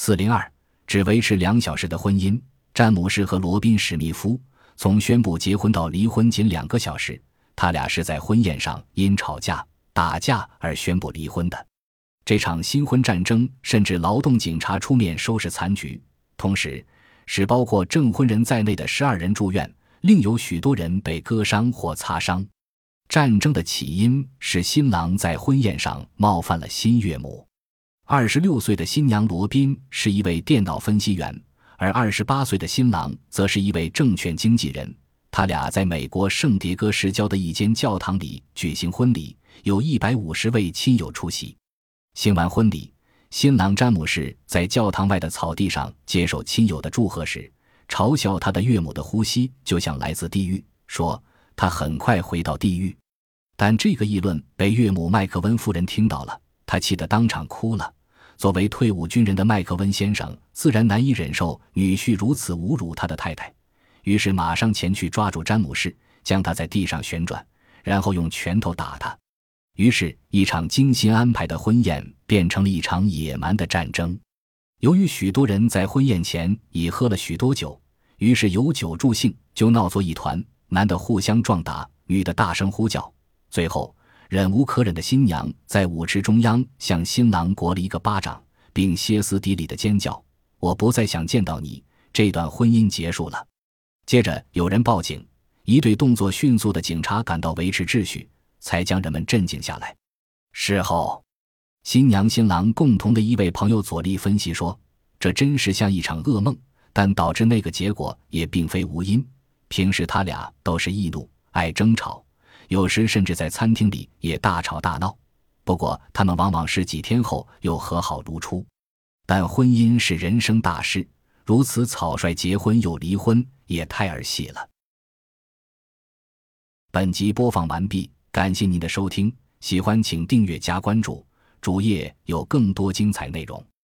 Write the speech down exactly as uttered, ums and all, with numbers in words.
四零二只维持两小时的婚姻，詹姆士和罗宾史密夫从宣布结婚到离婚仅两个小时，他俩是在婚宴上因吵架打架而宣布离婚的。这场新婚战争甚至劳动警察出面收拾残局，同时使包括证婚人在内的十二人住院，另有许多人被割伤或擦伤。战争的起因是新郎在婚宴上冒犯了新岳母。二十六岁的新娘罗宾是一位电脑分析员，而二十八岁的新郎则是一位证券经纪人。他俩在美国圣迭戈市郊的一间教堂里举行婚礼，有一百五十位亲友出席。行完婚礼，新郎詹姆士在教堂外的草地上接受亲友的祝贺时，嘲笑他的岳母的呼吸就像来自地狱，说他很快回到地狱。但这个议论被岳母麦克温夫人听到了，她气得当场哭了。作为退伍军人的麦克温先生自然难以忍受女婿如此侮辱他的太太，于是马上前去抓住詹姆士，将他在地上旋转，然后用拳头打他。于是一场精心安排的婚宴变成了一场野蛮的战争。由于许多人在婚宴前已喝了许多酒，于是有酒助兴，就闹作一团，男的互相撞打，女的大声呼叫。最后忍无可忍的新娘在舞池中央向新郎掴了一个巴掌，并歇斯底里地尖叫，我不再想见到你。这段婚姻结束了。接着有人报警，一队动作迅速的警察赶到维持秩序，才将人们镇静下来。事后新娘新郎共同的一位朋友佐利分析说，这真是像一场噩梦，但导致那个结果也并非无因。平时他俩都是易怒爱争吵，有时甚至在餐厅里也大吵大闹，不过他们往往是几天后又和好如初。但婚姻是人生大事，如此草率结婚又离婚也太儿戏了。本集播放完毕，感谢您的收听，喜欢请订阅加关注，主页有更多精彩内容。